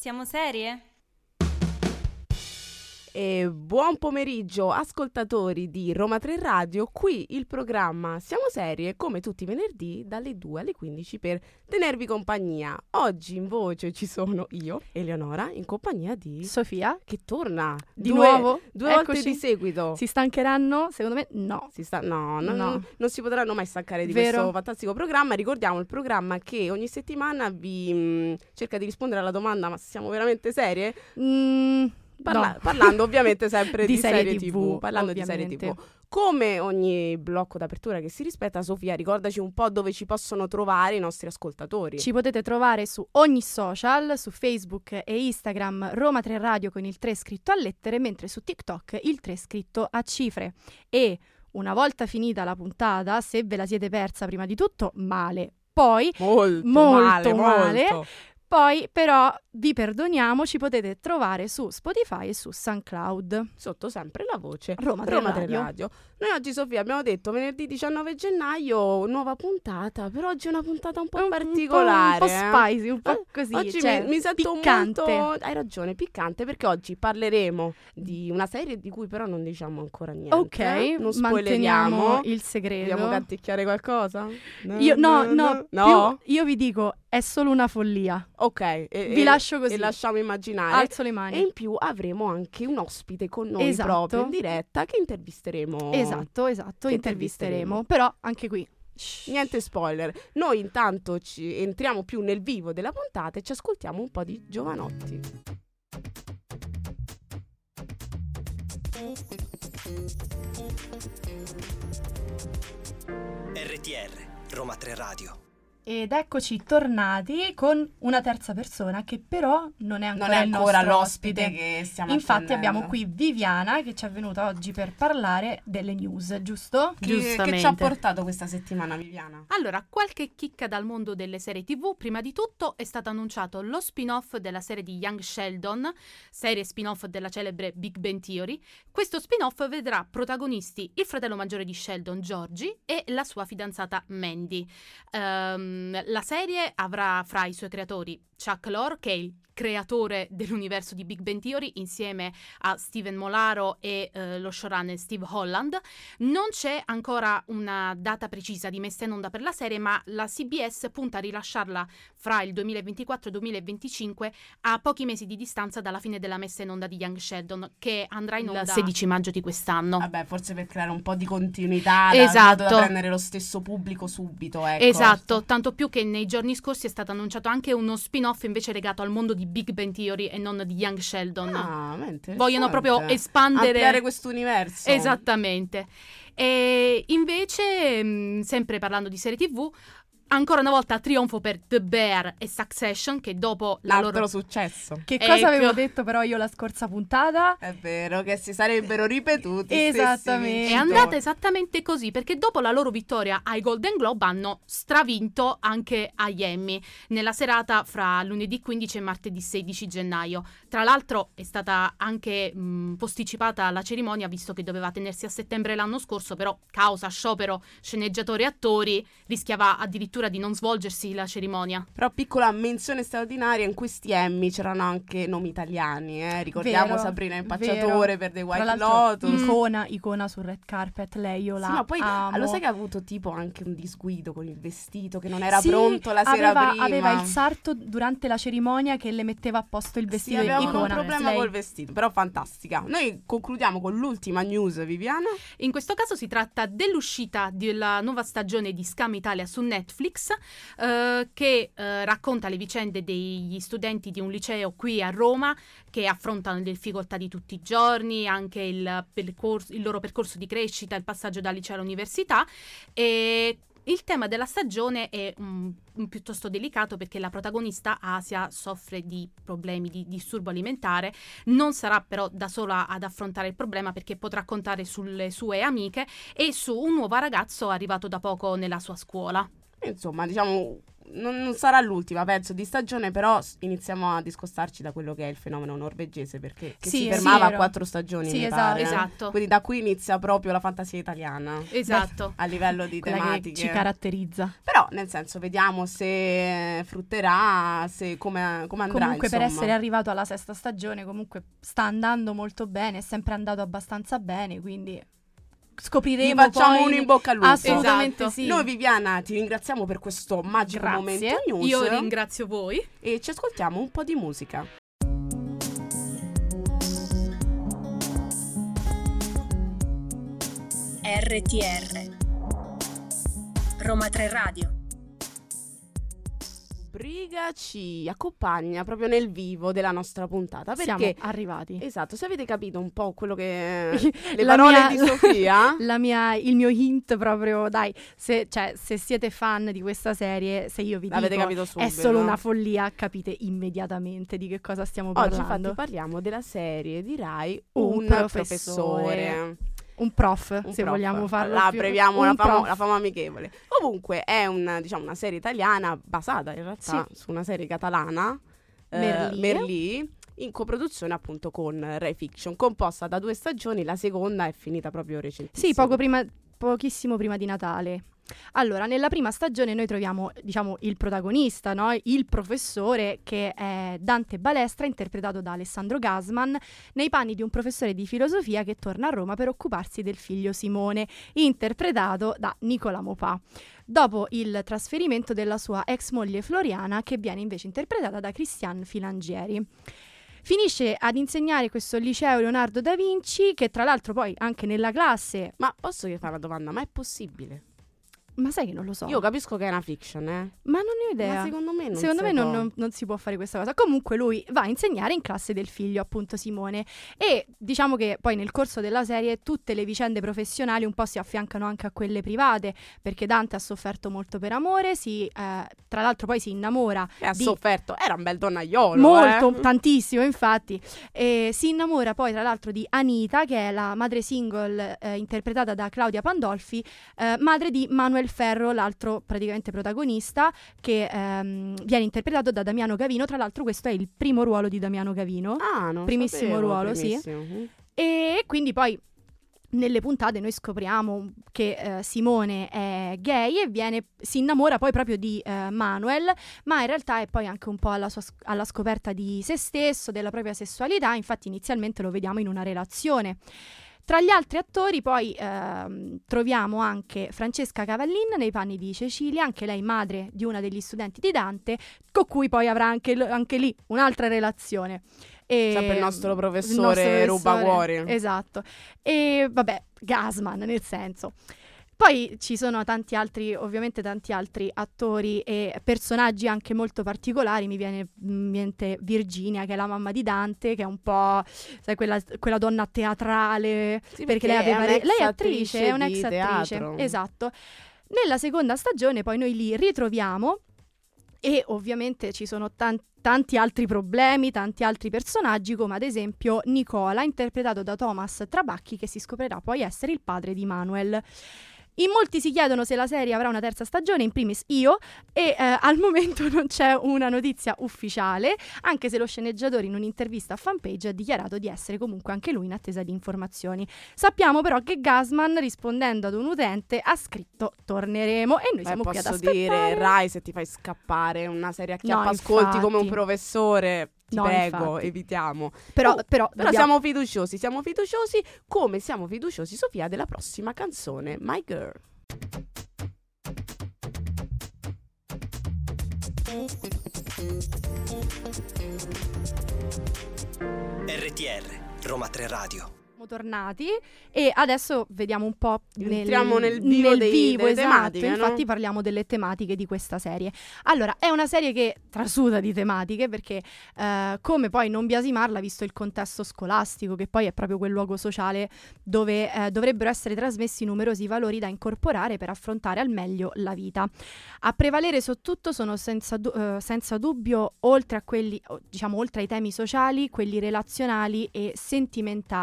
Siamo serie? E buon pomeriggio ascoltatori di Roma 3 Radio, qui il programma Siamo Serie come tutti i venerdì dalle 2 alle 15 per tenervi compagnia. Oggi in voce ci sono io, Eleonora, in compagnia di Sofia, che torna di nuovo, due volte di seguito. Si stancheranno? Secondo me no. Non si potranno mai stancare di Vero. questo fantastico programma. Ricordiamo il programma che ogni settimana vi cerca di rispondere alla domanda: ma siamo veramente serie? No. Parlando ovviamente sempre Di di serie serie TV, parlando di serie ovviamente. TV. Come ogni blocco d'apertura che si rispetta, Sofia, ricordaci un po' dove ci possono trovare i nostri ascoltatori. Ci potete trovare su ogni social, su Facebook e Instagram Roma 3 Radio con il 3 scritto a lettere, mentre su TikTok il 3 scritto a cifre. E una volta finita la puntata, se ve la siete persa prima di tutto, male. Poi, Molto male. molto. Poi però vi perdoniamo, ci potete trovare su Spotify e su SoundCloud. Sotto sempre la voce Roma 3 3 Radio. Radio. Noi oggi, Sofia, abbiamo detto venerdì 19 gennaio, nuova puntata, però oggi è una puntata un po' particolare. Un po' spicy, un po' così. Oggi cioè, mi sento piccante. molto... Hai ragione, piccante, perché oggi parleremo di una serie di cui però non diciamo ancora niente. Ok, Non manteniamo spoileriamo. il segreto. Vogliamo canticchiare qualcosa? No, No? più io vi dico, è solo una follia. Ok. Vi lascio così. E lasciamo immaginare. Alzo le mani. E in più avremo anche un ospite con noi Esatto. proprio in diretta che intervisteremo. Esatto, Che intervisteremo. Però anche qui. Niente spoiler. Noi intanto ci entriamo più nel vivo della puntata e ci ascoltiamo un po' di Giovanotti. RTR, Roma 3 Radio. Ed eccoci tornati con una terza persona che però non è ancora, Non è il ancora nostro l'ospite ospite. che stiamo Infatti attendendo. abbiamo qui Viviana che ci è venuta oggi per parlare delle news, giusto? Che ci ha portato questa settimana, Viviana? Allora, qualche chicca dal mondo delle serie TV. Prima di tutto è stato annunciato lo spin-off della serie di Young Sheldon, serie spin-off della celebre Big Bang Theory. Questo spin-off vedrà protagonisti il fratello maggiore di Sheldon, Georgie, e la sua fidanzata Mandy. La serie avrà fra i suoi creatori Chuck Lorre, che è il creatore dell'universo di Big Bang Theory, insieme a Steven Molaro e lo showrunner Steve Holland. Non c'è ancora una data precisa di messa in onda per la serie, ma la CBS punta a rilasciarla fra il 2024 e il 2025, a pochi mesi di distanza dalla fine della messa in onda di Young Sheldon, che andrà in onda il 16 maggio di quest'anno. Vabbè, forse per creare un po' di continuità, Esatto. da prendere lo stesso pubblico subito, ecco. Esatto, tanto più che nei giorni scorsi è stato annunciato anche uno spin-off invece legato al mondo di Big Bang Theory e non di Young Sheldon. Ah, ma interessante. Vogliono proprio espandere, ampliare questo universo. Esattamente. E invece, sempre parlando di serie TV, ancora una volta trionfo per The Bear e Succession, che dopo la L'altro loro... successo. Che cosa Ecco. avevo detto però io la scorsa puntata? È vero che si sarebbero ripetuti. Esattamente. È andata esattamente così, perché dopo la loro vittoria ai Golden Globe hanno stravinto anche agli Emmy nella serata fra lunedì 15 e martedì 16 gennaio. Tra l'altro è stata anche posticipata la cerimonia, visto che doveva tenersi a settembre l'anno scorso, però causa sciopero sceneggiatori e attori rischiava addirittura di non svolgersi la cerimonia. Però piccola menzione straordinaria, in questi Emmy c'erano anche nomi italiani, Ricordiamo Vero, Sabrina Impacciatore per The Tra White l'altro, Lotus. icona sul red carpet, lei io la Sì, ma poi amo. lo sai che ha avuto tipo anche un disguido con il vestito, che non era Sì, pronto la sera prima. aveva il sarto durante la cerimonia che le metteva a posto il Sì, vestito, aveva avuto un icona. problema Lei. col vestito, però fantastica. Noi concludiamo con l'ultima news, Viviana. In questo caso si tratta dell'uscita della nuova stagione di Scam Italia su Netflix, che racconta le vicende degli studenti di un liceo qui a Roma che affrontano le difficoltà di tutti i giorni, anche il loro percorso di crescita, il passaggio dal liceo all'università. E il tema della stagione è piuttosto delicato, perché la protagonista Asia soffre di problemi di disturbo alimentare. Non sarà però da sola ad affrontare il problema, perché potrà contare sulle sue amiche e su un nuovo ragazzo arrivato da poco nella sua scuola. Insomma, diciamo non sarà l'ultima, penso, di stagione, però iniziamo a discostarci da quello che è il fenomeno norvegese, perché che si fermava a 4 stagioni, sì, mi esatto, pare. esatto. Quindi da qui inizia proprio la fantasia italiana. Esatto. A livello di quella tematiche. che ci caratterizza. Però, nel senso, vediamo se frutterà, se come andrà, Comunque, per insomma. essere arrivato alla 6ª stagione, comunque sta andando molto bene, è sempre andato abbastanza bene, quindi scopriremo. Vi facciamo poi un in bocca al lupo. Assolutamente Esatto. sì. Noi, Viviana, ti ringraziamo per questo magico Grazie. momento news. Io ringrazio voi. E ci ascoltiamo un po' di musica. RTR Roma 3 Radio. Briga ci accompagna proprio nel vivo della nostra puntata, Siamo perché arrivati. esatto, se avete capito un po' quello che le La parole mia- di Sofia, Il mio hint proprio, dai, se siete fan di questa serie, se io vi l'avete dico capito subito. è solo una follia, capite immediatamente di che cosa stiamo Oggi parlando. infatti parliamo della serie di Rai Un Un professore. professore. Un prof, Un se prof. vogliamo farlo La più. abbreviamo Un la prof. fama amichevole. Comunque è una serie italiana basata in realtà su una serie catalana, Merlì, in coproduzione appunto con Rai Fiction, composta da 2 stagioni. La seconda è finita proprio recentemente. Sì, pochissimo prima di Natale. Allora, nella prima stagione noi troviamo, diciamo, il protagonista, no? Il professore, che è Dante Balestra, interpretato da Alessandro Gasman, nei panni di un professore di filosofia che torna a Roma per occuparsi del figlio Simone, interpretato da Nicola Mopà, dopo il trasferimento della sua ex moglie Floriana, che viene invece interpretata da Cristian Filangieri. Finisce ad insegnare questo liceo Leonardo da Vinci, che tra l'altro poi anche nella classe... Ma posso fare una domanda? Ma è possibile? Ma sai che non lo so. Io capisco che è una fiction, Ma non ne ho idea. ma secondo me non Secondo si me può. non si può fare questa cosa. Comunque lui va a insegnare in classe del figlio, appunto Simone, e diciamo che poi nel corso della serie tutte le vicende professionali un po' si affiancano anche a quelle private, perché Dante ha sofferto molto per amore, tra l'altro poi si innamora E ha di... sofferto, era un bel donnaiolo. Molto, tantissimo infatti. Si innamora poi tra l'altro di Anita, che è la madre single interpretata da Claudia Pandolfi, madre di Manuel Ferro, l'altro praticamente protagonista, che viene interpretato da Damiano Gavino. Tra l'altro questo è il primo ruolo di Damiano Gavino. Ah, non Primissimo sapevo, ruolo, sì. primissimo. E quindi poi nelle puntate noi scopriamo che Simone è gay e si innamora poi proprio di Manuel, ma in realtà è poi anche un po' alla scoperta di se stesso, della propria sessualità. Infatti inizialmente lo vediamo in una relazione. Tra gli altri attori poi troviamo anche Francesca Cavallin nei panni di Cecilia, anche lei madre di una degli studenti di Dante, con cui poi avrà anche lì un'altra relazione. Sempre il nostro professore rubacuori. Esatto. E vabbè, Gasman nel senso. Poi ci sono tanti altri attori e personaggi anche molto particolari. Mi viene in mente Virginia, che è la mamma di Dante, che è un po', sai, quella donna teatrale, Sì, perché lei è attrice, è di un'ex attrice. teatro. Esatto. Nella seconda stagione poi noi li ritroviamo e ovviamente ci sono tanti altri problemi, tanti altri personaggi, come ad esempio Nicola, interpretato da Thomas Trabacchi, che si scoprirà poi essere il padre di Manuel. In molti si chiedono se la serie avrà una terza stagione, in primis io, e al momento non c'è una notizia ufficiale, anche se lo sceneggiatore in un'intervista a Fanpage ha dichiarato di essere comunque anche lui in attesa di informazioni. Sappiamo però che Gasman, rispondendo ad un utente, ha scritto "torneremo", e noi siamo qui ad posso aspettare. dire, Rai, se ti fai scappare una serie a No, ascolti come un infatti. professore, ti No, prego, infatti. evitiamo. Però Però dobbiamo- siamo fiduciosi come siamo fiduciosi, Sofia, della prossima canzone, My Girl. RTR Roma 3 Radio. Siamo tornati e adesso vediamo un po' Entriamo nel vivo delle esatto. tematiche, no? Infatti parliamo delle tematiche di questa serie. Allora, è una serie che trasuda di tematiche perché come poi non biasimarla, visto il contesto scolastico, che poi è proprio quel luogo sociale dove dovrebbero essere trasmessi numerosi valori da incorporare per affrontare al meglio la vita. A prevalere su tutto sono senza dubbio, oltre a quelli, diciamo, oltre ai temi sociali, quelli relazionali e sentimentali,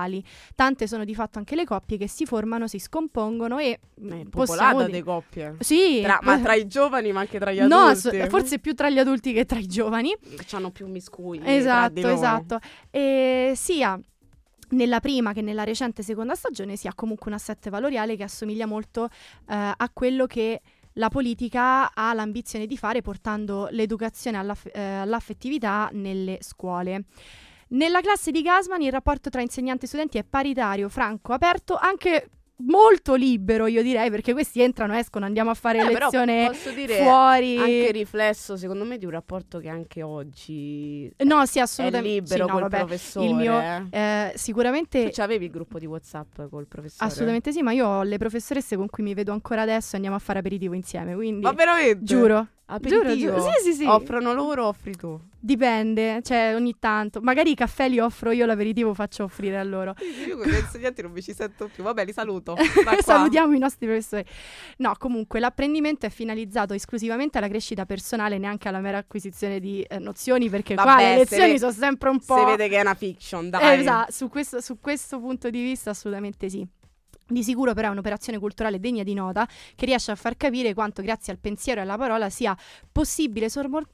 tante sono di fatto anche le coppie che si formano, si scompongono e popolata delle coppie. Sì, ma tra i giovani, ma anche tra gli no, adulti. forse più tra gli adulti che tra i giovani. C'hanno più miscugli. Esatto. E sia nella prima che nella recente seconda stagione si ha comunque un assetto valoriale che assomiglia molto a quello che la politica ha l'ambizione di fare, portando l'educazione all'affettività nelle scuole. Nella classe di Gassman il rapporto tra insegnanti e studenti è paritario, franco, aperto, anche molto libero, io direi, perché questi entrano, escono, andiamo a fare lezione posso dire fuori. Anche riflesso, secondo me, di un rapporto che anche oggi no, sì, assolutamente è libero sì, no, col professore. Il mio sicuramente tu c'avevi il gruppo di WhatsApp col professore? Assolutamente sì, ma io ho le professoresse con cui mi vedo ancora adesso e andiamo a fare aperitivo insieme, quindi ma veramente? Giuro. Aperitivo? Giuro. Sì. Offrono loro o offri tu? Dipende, cioè ogni tanto. Magari i caffè li offro io, l'aperitivo faccio offrire a loro. Io con gli insegnanti non mi ci sento più. Vabbè, li saluto. Salutiamo i nostri professori. No, comunque l'apprendimento è finalizzato esclusivamente alla crescita personale, neanche alla mera acquisizione di nozioni, perché vabbè, qua le lezioni sono sempre un po'... Si vede che è una fiction, dai. Esatto, su questo punto di vista assolutamente sì. Di sicuro però è un'operazione culturale degna di nota che riesce a far capire quanto grazie al pensiero e alla parola sia possibile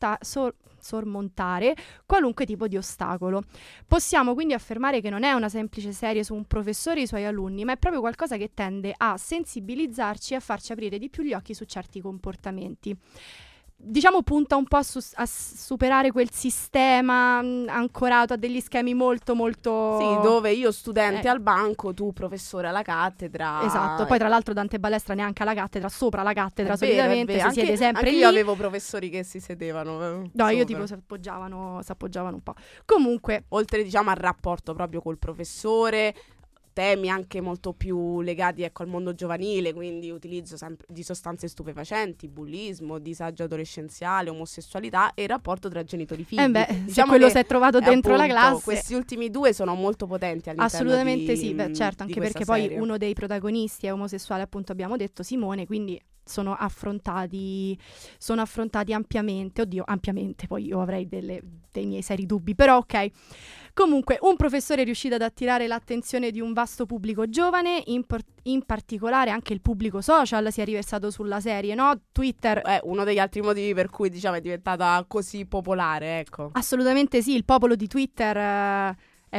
sormontare qualunque tipo di ostacolo. Possiamo quindi affermare che non è una semplice serie su un professore e i suoi alunni, ma è proprio qualcosa che tende a sensibilizzarci e a farci aprire di più gli occhi su certi comportamenti. Diciamo punta un po' a superare quel sistema ancorato a degli schemi molto molto... Sì, dove io studente al banco, tu professore alla cattedra. Esatto, poi tra l'altro Dante Balestra neanche alla cattedra, sopra la cattedra È vero, solitamente, si siede sempre anche lì. Io avevo professori che si sedevano No, sopra. io tipo si appoggiavano un po'. Comunque, oltre diciamo al rapporto proprio col professore, temi anche molto più legati al mondo giovanile, quindi utilizzo sempre di sostanze stupefacenti, bullismo, disagio adolescenziale, omosessualità e il rapporto tra genitori e figli. Diciamo se quello si è trovato dentro appunto, la classe. Questi ultimi due sono molto potenti all'interno assolutamente sì, certo, anche perché serie. Poi uno dei protagonisti è omosessuale, appunto abbiamo detto, Simone, quindi sono affrontati ampiamente. Oddio, ampiamente, poi io avrei dei miei seri dubbi, però ok. Comunque, un professore è riuscito ad attirare l'attenzione di un vasto pubblico giovane, in particolare anche il pubblico social si è riversato sulla serie, no? Twitter è uno degli altri motivi per cui diciamo è diventata così popolare, ecco. Assolutamente sì, il popolo di Twitter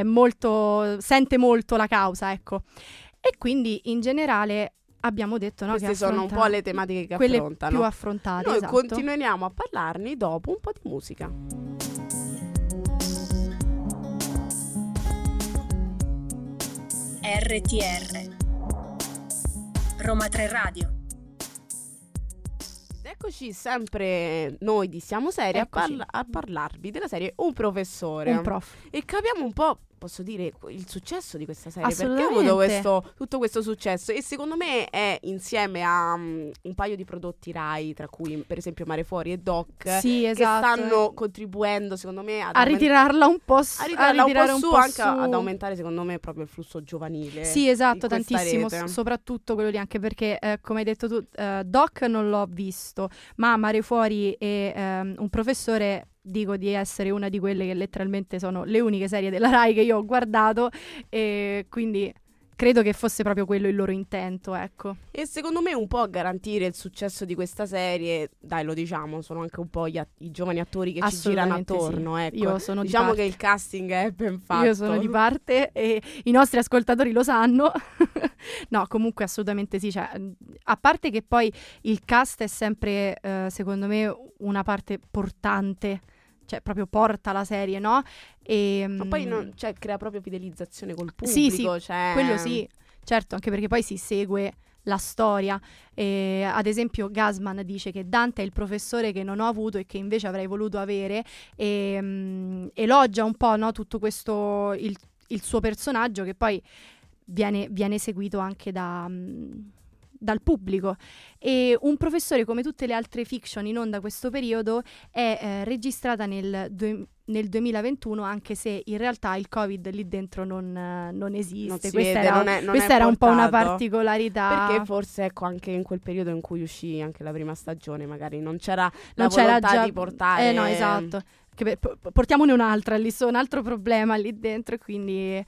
sente molto la causa, ecco. E quindi in generale abbiamo detto, no, queste che sono un po' le tematiche che quelle affrontano. più affrontate. Noi esatto. continueremo a parlarne dopo un po' di musica. RTR Roma 3 Radio. Eccoci sempre noi di Siamo Seri a parlarvi della serie Un professore. Un prof. E capiamo un po', posso dire, il successo di questa serie. Assolutamente. Perché ha avuto tutto questo successo. E secondo me è insieme a un paio di prodotti Rai, tra cui per esempio Mare Fuori e Doc, sì, che esatto, stanno contribuendo secondo me a ritirarla un po' su, anche ad aumentare secondo me proprio il flusso giovanile. Sì, esatto, tantissimo, soprattutto quello lì, anche perché come hai detto tu, Doc non l'ho visto, ma Mare Fuori e Un professore dico di essere una di quelle che letteralmente sono le uniche serie della Rai che io ho guardato, e quindi credo che fosse proprio quello il loro intento, ecco. E secondo me un po' a garantire il successo di questa serie, dai, lo diciamo, sono anche un po' i giovani attori che ci girano attorno, sì. Ecco. Io sono diciamo di parte. Che il casting è ben fatto. Io sono di parte e i nostri ascoltatori lo sanno. No, comunque assolutamente sì, cioè, a parte che poi il cast è sempre secondo me una parte portante, cioè proprio porta la serie, no? Ma poi crea proprio fidelizzazione col pubblico. Sì, cioè... quello sì, certo, anche perché poi si segue la storia. Ad esempio Gassman dice che Dante è il professore che non ho avuto e che invece avrei voluto avere, e elogia un po', no, tutto questo, il suo personaggio, che poi viene seguito anche dal pubblico. E Un professore, come tutte le altre fiction in onda questo periodo, è registrata nel 2021, anche se in realtà il Covid lì dentro non esiste. Questa era un po' una particolarità, perché forse ecco anche in quel periodo in cui uscì anche la prima stagione magari non c'era la volontà di portare no, esatto, portiamone un'altra lì, un altro problema lì dentro, quindi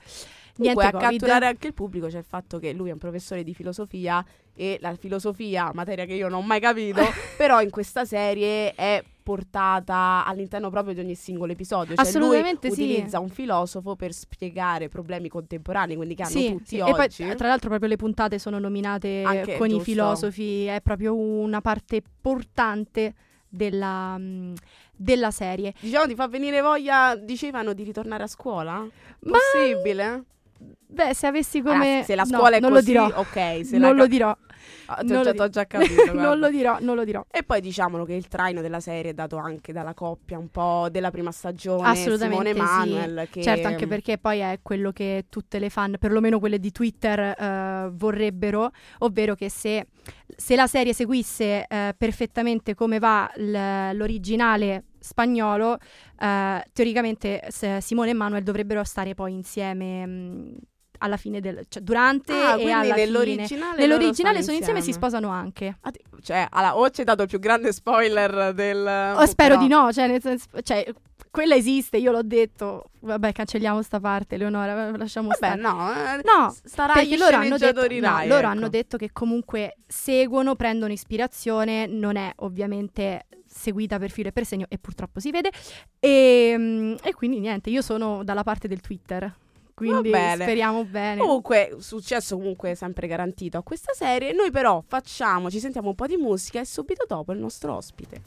niente a Covid. catturare anche il pubblico c'è il fatto che lui è un professore di filosofia e la filosofia, materia che io non ho mai capito, però in questa serie è portata all'interno proprio di ogni singolo episodio. Cioè Assolutamente lui sì. utilizza un filosofo per spiegare problemi contemporanei, quindi che hanno Sì, tutti sì. oggi. E poi tra l'altro proprio le puntate sono nominate Anche, con i giusto. filosofi, è proprio una parte portante della serie. Diciamo ti fa venire voglia, dicevano, di ritornare a scuola? Ma- Possibile? Beh, se avessi come... Se la no, scuola è non così, lo dirò. ok. Se Non la lo dirò. Non lo t'ho già capito. guarda. non lo dirò. E poi diciamolo che il traino della serie è dato anche dalla coppia un po' della prima stagione, Assolutamente Simone sì. Manuel. Che... Certo, anche perché poi è quello che tutte le fan, perlomeno quelle di Twitter, vorrebbero, ovvero che se la serie seguisse perfettamente come va l'originale spagnolo, teoricamente Simone e Manuel dovrebbero stare poi insieme alla fine cioè durante e quindi alla nell'originale fine. loro Nell'originale stanno sono insieme e si sposano anche. Cioè, o ci hai dato il più grande spoiler del... Spero no. di no, cioè, nel senso, cioè, quella esiste, io l'ho detto. Vabbè, cancelliamo sta parte, Leonora, lasciamo Vabbè, stare. no, starà perché agli loro hanno detto, sceneggiatori Rai, loro ecco. hanno detto che comunque prendono ispirazione, non è ovviamente seguita per filo e per segno, e purtroppo si vede. E quindi niente, io sono dalla parte del Twitter. Quindi Va bene. speriamo bene. Comunque, successo comunque sempre garantito a questa serie. Noi però ci sentiamo un po' di musica e subito dopo il nostro ospite.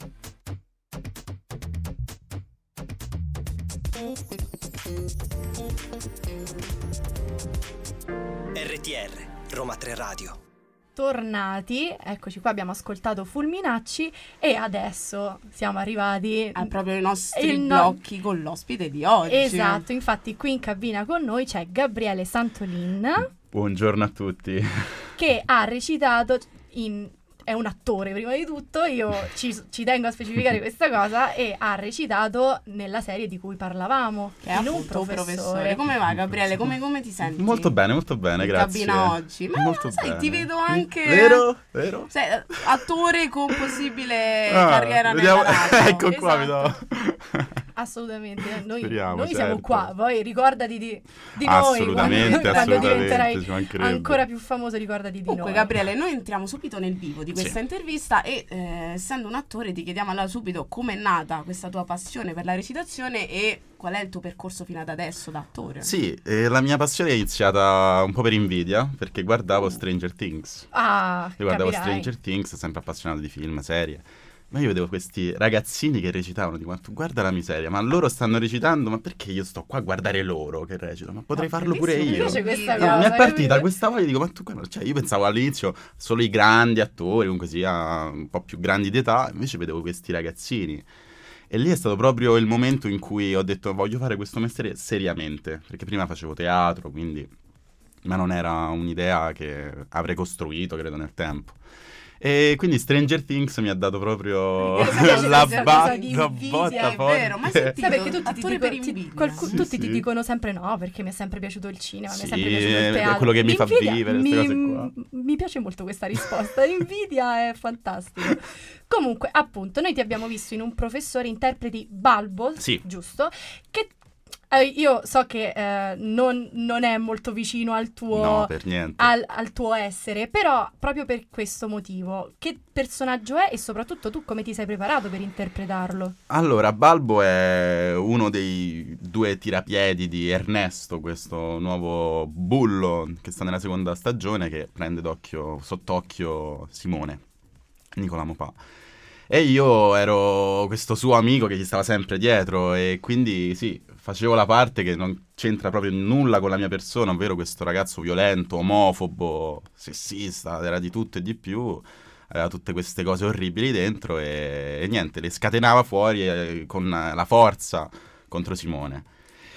RTR, Roma 3 Radio. Tornati, eccoci qua, abbiamo ascoltato Fulminacci e adesso siamo arrivati Proprio i nostri blocchi con l'ospite di oggi. Esatto, infatti qui in cabina con noi c'è Gabriele Santolin. Buongiorno a tutti. Che ha recitato è un attore prima di tutto, io ci tengo a specificare questa cosa, e ha recitato nella serie di cui parlavamo, Che è in un appunto professore. Come va Gabriele? Come ti senti? Molto bene, in grazie. cabina oggi. Ma molto sai, bene. ti vedo anche... Vero? Sei attore con possibile Ah, carriera vediamo- nella radio. Ecco qua, mi do. Assolutamente, noi Speriamo, siamo certo. qua, poi ricordati di noi. Assolutamente, quando assolutamente, diventerai ci mancherebbe. ancora più famoso, ricordati di Comunque noi. Gabriele, noi entriamo subito nel vivo di questa Sì. intervista e essendo un attore ti chiediamo allora subito com'è nata questa tua passione per la recitazione e qual è il tuo percorso fino ad adesso da attore. Sì, la mia passione è iniziata un po' per invidia, perché guardavo Stranger Things. Io guardavo capirai. Stranger Things, sempre appassionato di film, serie. Ma io vedevo questi ragazzini che recitavano, dico, ma tu guarda la miseria, ma loro stanno recitando, ma perché io sto qua a guardare loro che recitano? Ma potrei farlo pure bellissimo, io. mi piace questa No, cosa, mi è partita capito? questa voglia, dico, ma tu guarda, cioè io pensavo all'inizio solo i grandi attori, comunque sia un po' più grandi di età, invece vedevo questi ragazzini. E lì è stato proprio il momento in cui ho detto voglio fare questo mestiere seriamente, perché prima facevo teatro, quindi ma non era un'idea che avrei costruito, credo, nel tempo. E quindi Stranger Things mi ha dato proprio Mi piace la questa cosa di la invidia, botta è forte. vero, ma senti, Sai perché tutti attore per invidia. Sì, tutti ti sì. dicono sempre no, perché mi è sempre piaciuto il cinema, mi è Sì, sempre piaciuto il è teatro. quello che mi fa L'invidia vivere, queste cose qua. Mi piace molto questa risposta, l'invidia è fantastico. Comunque, appunto, noi ti abbiamo visto in Un professore, interpreti Balbo, Sì. giusto? Che io so che non è molto vicino al tuo... No, per niente. al tuo essere, però proprio per questo motivo, che personaggio è e soprattutto tu come ti sei preparato per interpretarlo? Allora, Balbo è uno dei due tirapiedi di Ernesto, questo nuovo bullo che sta nella seconda stagione, che prende sott'occhio Simone, Nicola Mopà. E io ero questo suo amico che gli stava sempre dietro e quindi sì, facevo la parte che non c'entra proprio nulla con la mia persona, ovvero questo ragazzo violento, omofobo, sessista, era di tutto e di più, aveva tutte queste cose orribili dentro e niente, le scatenava fuori con la forza contro Simone.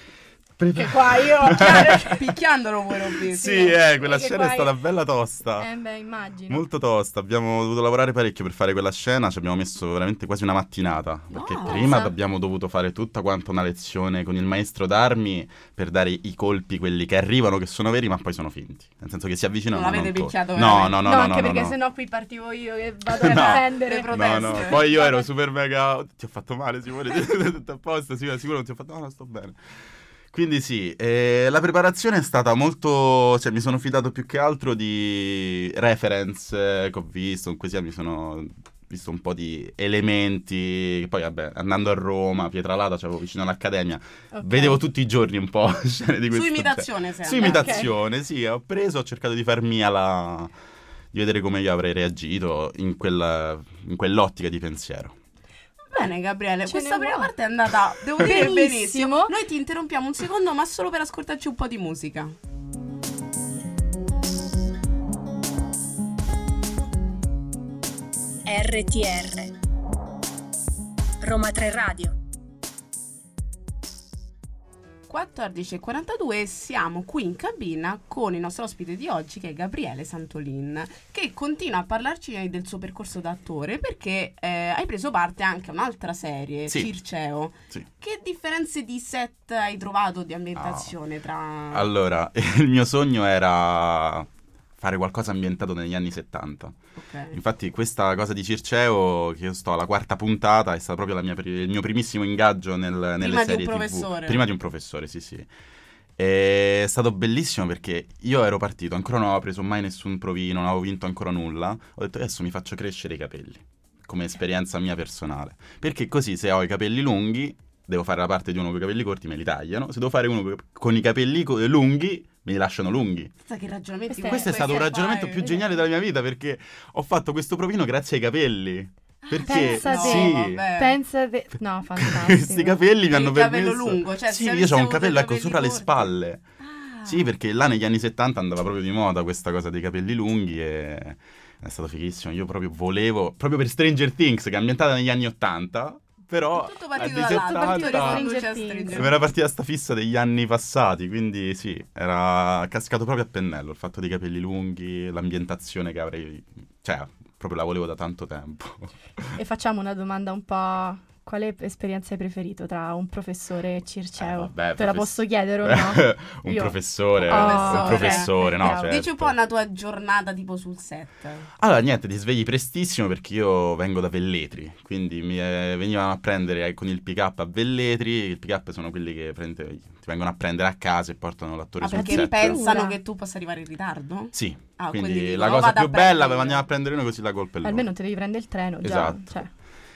Che qua io... Picchiandolo vuoi Robby? Sì, quella che scena è qua stata bella tosta. beh, immagino. Molto tosta, abbiamo dovuto lavorare parecchio per fare quella scena, ci abbiamo messo veramente quasi una mattinata, perché No. prima Pensa. abbiamo dovuto fare tutta quanta una lezione con il maestro d'armi per dare i colpi, quelli che arrivano, che sono veri ma poi sono finti, nel senso che si avvicinano Non ma l'avete non picchiato No, veramente? no, No, anche perché no. sennò qui partivo io che vado a No. prendere Le proteste. No, poi io ero super mega... Ti ho fatto male, Simone? Tutto a posto? Sì, sicuro non ti ho fatto... No, sto bene. Quindi sì, la preparazione è stata molto, cioè mi sono fidato più che altro di reference che ho visto, comunque sia mi sono visto un po' di elementi, poi vabbè, andando a Roma, Pietralata, c'avevo vicino all'Accademia, vedevo tutti i giorni un po' scene di questo Su imitazione sempre. Su imitazione, sì, ho cercato di far mia di vedere come io avrei reagito in quell'ottica di pensiero. Bene Gabriele, Ce questa ne prima vuoi? parte è andata, devo dire, benissimo. Benissimo. Noi ti interrompiamo un secondo, ma solo per ascoltarci un po' di musica. RTR Roma 3 Radio. 14:42 e siamo qui in cabina con il nostro ospite di oggi che è Gabriele Santolin, che continua a parlarci del suo percorso da attore perché hai preso parte anche a un'altra serie, Sì. Circeo. Sì. Che differenze di set hai trovato, di ambientazione tra... Allora, il mio sogno era fare qualcosa ambientato negli anni 70. Ok. Infatti questa cosa di Circeo, che io sto alla 4ª puntata, è stato proprio il mio primissimo ingaggio nelle Prima di serie un TV. professore. Prima di un professore, sì sì. È stato bellissimo perché io ero partito, ancora non avevo preso mai nessun provino, non avevo vinto ancora nulla. Ho detto adesso mi faccio crescere i capelli, come esperienza mia personale. Perché così se ho i capelli lunghi, devo fare la parte di uno con i capelli corti, me li tagliano. Se devo fare uno con i capelli lunghi, me li lasciano lunghi. Sai che ragionamenti Questo è stato un ragionamento più geniale della mia vita perché ho fatto questo provino grazie ai capelli. Perché Pensate. sì, vabbè. Pensate, no, fantastico. questi capelli mi hanno Il capello permesso. lungo, cioè, sì, se io avessi ho un avuto capello i ecco capelli sopra le corti. spalle. Ah. Sì, perché là negli anni 70 andava proprio di moda questa cosa dei capelli lunghi e è stato fighissimo. Io proprio volevo, proprio per Stranger Things, che è ambientata negli anni 80, però Tutto partito anni da là, partito 70 da Stranger Stranger Things. Things. mi era partita sta fissa degli anni passati, quindi sì, era cascato proprio a pennello il fatto dei capelli lunghi, l'ambientazione che avrei, cioè proprio la volevo da tanto tempo. E facciamo una domanda un po'. Quale esperienza hai preferito tra un professore e Circeo? Vabbè, Te la posso chiedere o no? un Io- professore, Oh, un professore, no, bravo. certo. Dici un po' una tua giornata tipo sul set. Allora, niente, ti svegli prestissimo perché io vengo da Velletri, quindi venivano a prendere con il pick-up a Velletri. Il pick-up sono quelli che ti vengono a prendere a casa e portano l'attore Ah, sul perché set. pensano che tu possa arrivare in ritardo? Sì, Ah, quindi quindi la dicono, cosa vado più a bella, prendere. andiamo a prendere noi così la colpa è loro. Almeno te devi prendere il treno, già. Esatto. Cioè.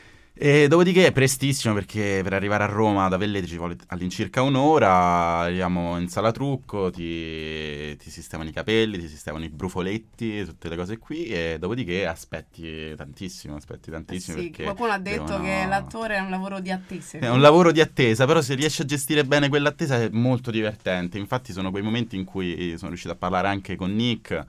E dopodiché è prestissimo perché per arrivare a Roma da Velletri ci vuole all'incirca un'ora, arriviamo in sala trucco, ti sistemano i capelli, ti sistemano i brufoletti, tutte le cose qui e dopodiché aspetti tantissimo Sì, perché qualcuno ha detto devono- che l'attore è un lavoro di attesa. È un lavoro di attesa, però se riesci a gestire bene quell'attesa è molto divertente. Infatti sono quei momenti in cui sono riuscito a parlare anche con Nick,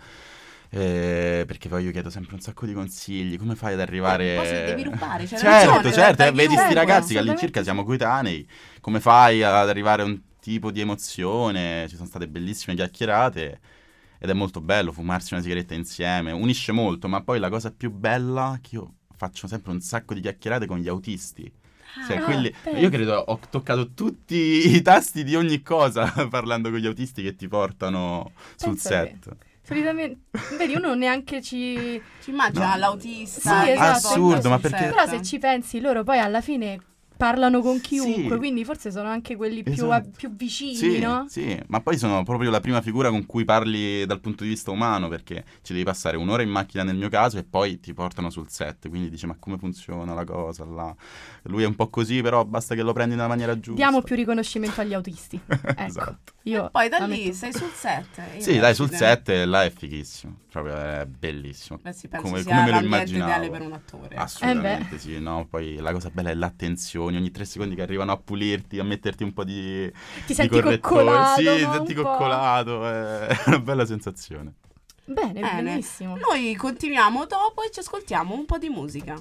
perché poi io chiedo sempre un sacco di consigli. Come fai ad arrivare... Poi se li devi rubare, cioè, certo, non c'è certo, da vedi sti chiunque, ragazzi che assolutamente all'incirca sì. siamo coetanei. Come fai ad arrivare a un tipo di emozione? Ci sono state bellissime chiacchierate ed è molto bello fumarsi una sigaretta insieme. Unisce molto, ma poi la cosa più bella è che io faccio sempre un sacco di chiacchierate con gli autisti. Cioè, io credo ho toccato tutti i tasti di ogni cosa parlando con gli autisti che ti portano sul Pensa te. set. Solitamente, vedi, uno neanche ci... Ci immagina No. l'autista. Sì, che esatto. porta Assurdo, sul ma perché- set. Però se ci pensi, loro poi alla fine parlano con chiunque, Sì. quindi forse sono anche quelli Esatto. più vicini, Sì, no? sì, ma poi sono proprio la prima figura con cui parli dal punto di vista umano, perché ci devi passare un'ora in macchina nel mio caso e poi ti portano sul set, quindi dici ma come funziona la cosa là? Lui è un po' così, però basta che lo prendi nella maniera giusta. Diamo più riconoscimento agli autisti. Ecco, Esatto. io Poi da la lì metto- sei sul set. e Sì, dai, sul reciti. set là è fighissimo, proprio è bellissimo. Beh, sì, penso Come sia me lo l'ambiente immaginavo. ideale per un attore. Assolutamente sì, no? Poi la cosa bella è l'attenzione, ogni 3 secondi che arrivano a pulirti, a metterti un po' di Ti senti correttore. coccolato, Sì, no? ti senti Un po'. coccolato, è una bella sensazione. Bene, Bene. benissimo. Noi continuiamo dopo e ci ascoltiamo un po' di musica.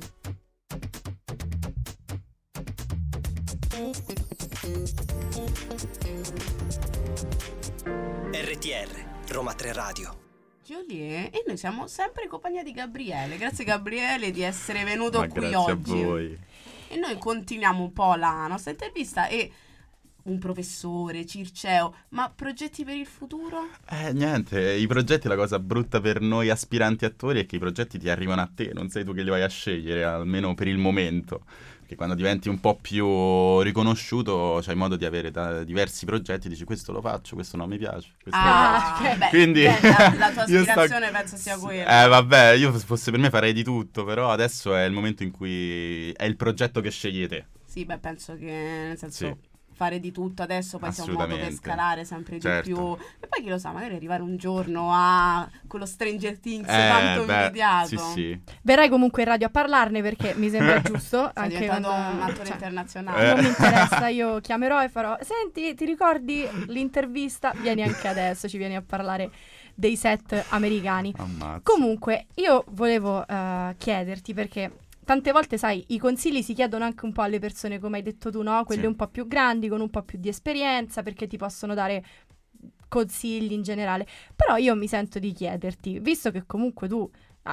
RTR, Roma 3 Radio. Joliet, e noi siamo sempre in compagnia di Gabriele. Grazie Gabriele di essere venuto Ma qui grazie oggi. a voi. E noi continuiamo un po' la nostra intervista e un professore, Circeo, ma progetti per il futuro? Niente, i progetti, la cosa brutta per noi aspiranti attori è che i progetti ti arrivano a te, non sei tu che li vai a scegliere, almeno per il momento. Perché Che quando diventi un po' più riconosciuto c'hai modo di avere diversi progetti, dici questo lo faccio, questo non mi piace, questo lo faccio. Ok, beh, Quindi la tua io aspirazione penso sia quella. vabbè, io se fosse per me farei di tutto, però adesso è il momento in cui è il progetto che scegli te. Sì, beh, penso che nel senso Sì. fare di tutto adesso poi sia un modo per Assolutamente. scalare sempre Certo. di più. E poi chi lo sa, magari arrivare un giorno a quello Stranger Things tanto invidiato. Sì, sì. Verrai comunque in radio a parlarne perché mi sembra giusto. Sei Anche diventato quando- un attore cioè, internazionale. non mi interessa, io chiamerò e farò: senti, ti ricordi l'intervista? Vieni anche adesso, ci vieni a parlare dei set americani. Ammazza. Comunque, io volevo chiederti, perché tante volte, sai, i consigli si chiedono anche un po' alle persone, come hai detto tu, no? Quelle Sì. un po' più grandi, con un po' più di esperienza, perché ti possono dare consigli in generale. Però io mi sento di chiederti, visto che comunque tu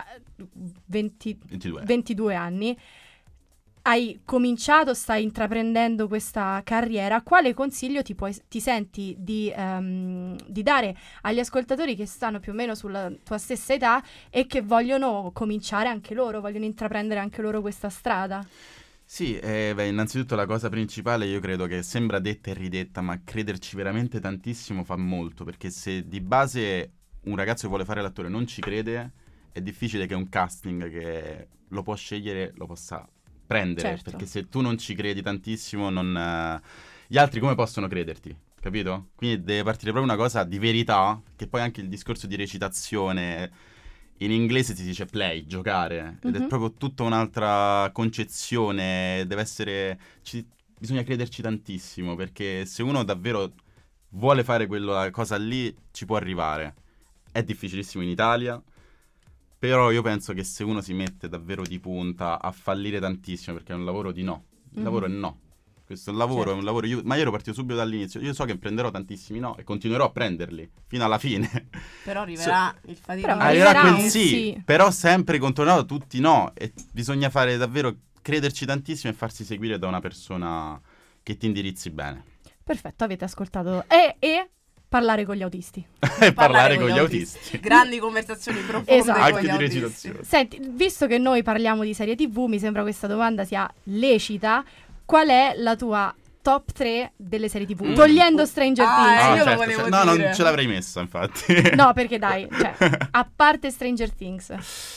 22. 22 anni, hai cominciato, stai intraprendendo questa carriera, quale consiglio ti senti di dare agli ascoltatori che stanno più o meno sulla tua stessa età e che vogliono cominciare anche loro, vogliono intraprendere anche loro questa strada? Sì, innanzitutto la cosa principale io credo che sembra detta e ridetta, ma crederci veramente tantissimo fa molto, perché se di base un ragazzo che vuole fare l'attore non ci crede, è difficile che un casting che lo può scegliere lo possa prendere, Certo. perché se tu non ci credi tantissimo, gli altri come possono crederti? Capito? Quindi deve partire proprio una cosa di verità, che poi anche il discorso di recitazione, in inglese si dice play, giocare, ed è Mhm. proprio tutta un'altra concezione, bisogna crederci tantissimo, perché se uno davvero vuole fare quella cosa lì, ci può arrivare. È difficilissimo in Italia, però io penso che se uno si mette davvero di punta a fallire tantissimo, perché è un lavoro di no, il lavoro è no. Questo è un lavoro, Certo. è un lavoro, ma io ero partito subito dall'inizio, io so che prenderò tantissimi no e continuerò a prenderli fino alla fine. Però arriverà il fatico. Però Arriverà arriverà, quel sì, sì. però sempre controllato tutti no, e bisogna fare davvero, crederci tantissimo e farsi seguire da una persona che ti indirizzi bene. Perfetto, avete ascoltato. E parlare con gli autisti. E parlare con gli autisti. Grandi conversazioni profonde Esatto. con Anche gli di autisti. recitazione. Senti, visto che noi parliamo di serie TV, mi sembra questa domanda sia lecita. Qual è la tua top 3 delle serie TV? Togliendo Stranger Things. io lo volevo No, dire. non ce l'avrei messa, infatti. No, perché dai, cioè, a parte Stranger Things.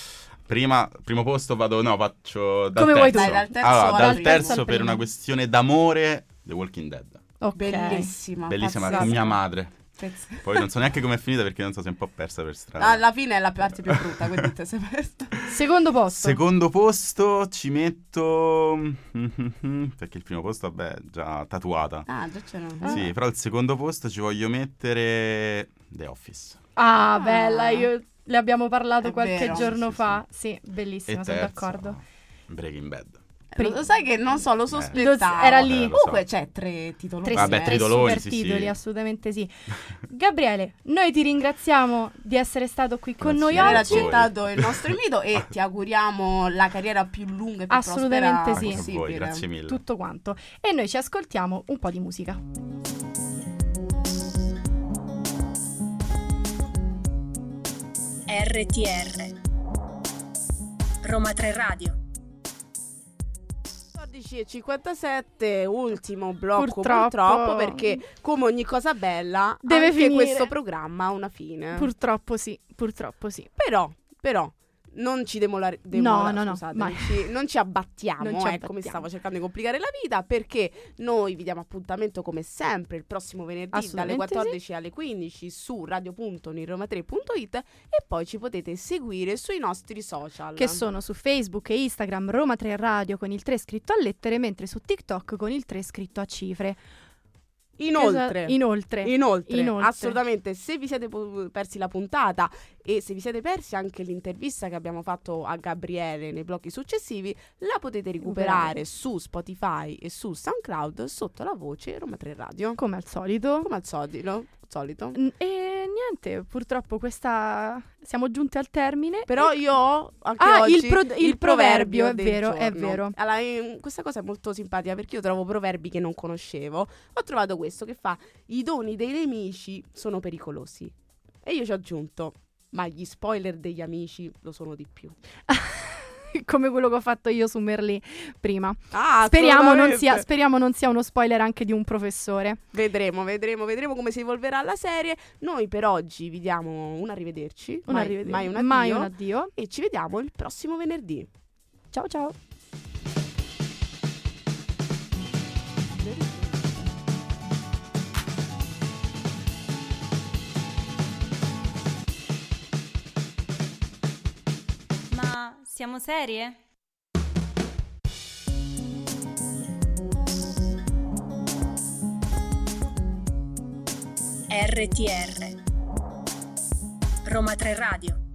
Primo posto faccio dal Come terzo. vuoi tu. Dai, dal terzo Allora, al dal primo. terzo Al per primo. una questione d'amore, The Walking Dead. Ok. Bellissima. Bellissima, pazzesca. con mia madre. Pezz- Poi non so neanche com'è finita perché non so se è un po' persa per strada. Alla fine è la parte più brutta, quindi te sei persa. Secondo posto. Secondo posto ci metto... perché il primo posto, vabbè, già tatuata. Ah, già c'era. Sì, però il secondo posto ci voglio mettere The Office. Ah, bella, le abbiamo parlato È qualche vero. giorno Sì, fa. Sì, bellissima, E sono terzo, d'accordo. Breaking Bad. Lo sai che non so, lo sospettavo. Era lì. Lo so. Comunque c'è 3 titoli. Tre, Vabbè, tre titoloni, super sì, titoli, sì. assolutamente sì. Gabriele, noi ti ringraziamo di essere stato qui con Grazie noi di aver oggi. accettato il nostro invito e ti auguriamo la carriera più lunga e più Assolutamente prospera sì. A possibile. voi, grazie mille. Tutto quanto. E noi ci ascoltiamo un po' di musica. RTR Roma 3 Radio. 14:57, ultimo blocco Purtroppo. purtroppo, perché come ogni cosa bella Deve anche finire. questo programma ha una fine. Purtroppo sì, purtroppo sì. Però non ci No, scusate, mai. non ci abbattiamo, Non ci come abbattiamo. stavo cercando di complicare la vita, perché noi vi diamo appuntamento come sempre il prossimo venerdì dalle Assolutamente 14 alle 15 su radio.uniroma3.it e poi ci potete seguire sui nostri social. Che sono su Facebook e Instagram Roma 3 Radio con il 3 scritto a lettere, mentre su TikTok con il 3 scritto a cifre. Inoltre, Inoltre. assolutamente, se vi siete persi la puntata e se vi siete persi anche l'intervista che abbiamo fatto a Gabriele nei blocchi successivi, la potete recuperare su Spotify e su SoundCloud sotto la voce Roma 3 Radio. Come al solito. Come al solito. E niente, purtroppo siamo giunti al termine. Però io ho anche Ah, oggi il proverbio, è del vero, è giorno. vero. Allora, questa cosa è molto simpatica perché io trovo proverbi che non conoscevo. Ho trovato questo che fa: i doni dei nemici sono pericolosi. E io ci ho aggiunto: ma gli spoiler degli amici lo sono di più. come quello che ho fatto io su Merlì prima. Speriamo non sia uno spoiler anche di un professore. Vedremo come si evolverà la serie. Noi per oggi vi diamo un arrivederci, mai un addio, e ci vediamo il prossimo venerdì. Ciao ciao. Ma siamo serie? RTR Roma 3 Radio.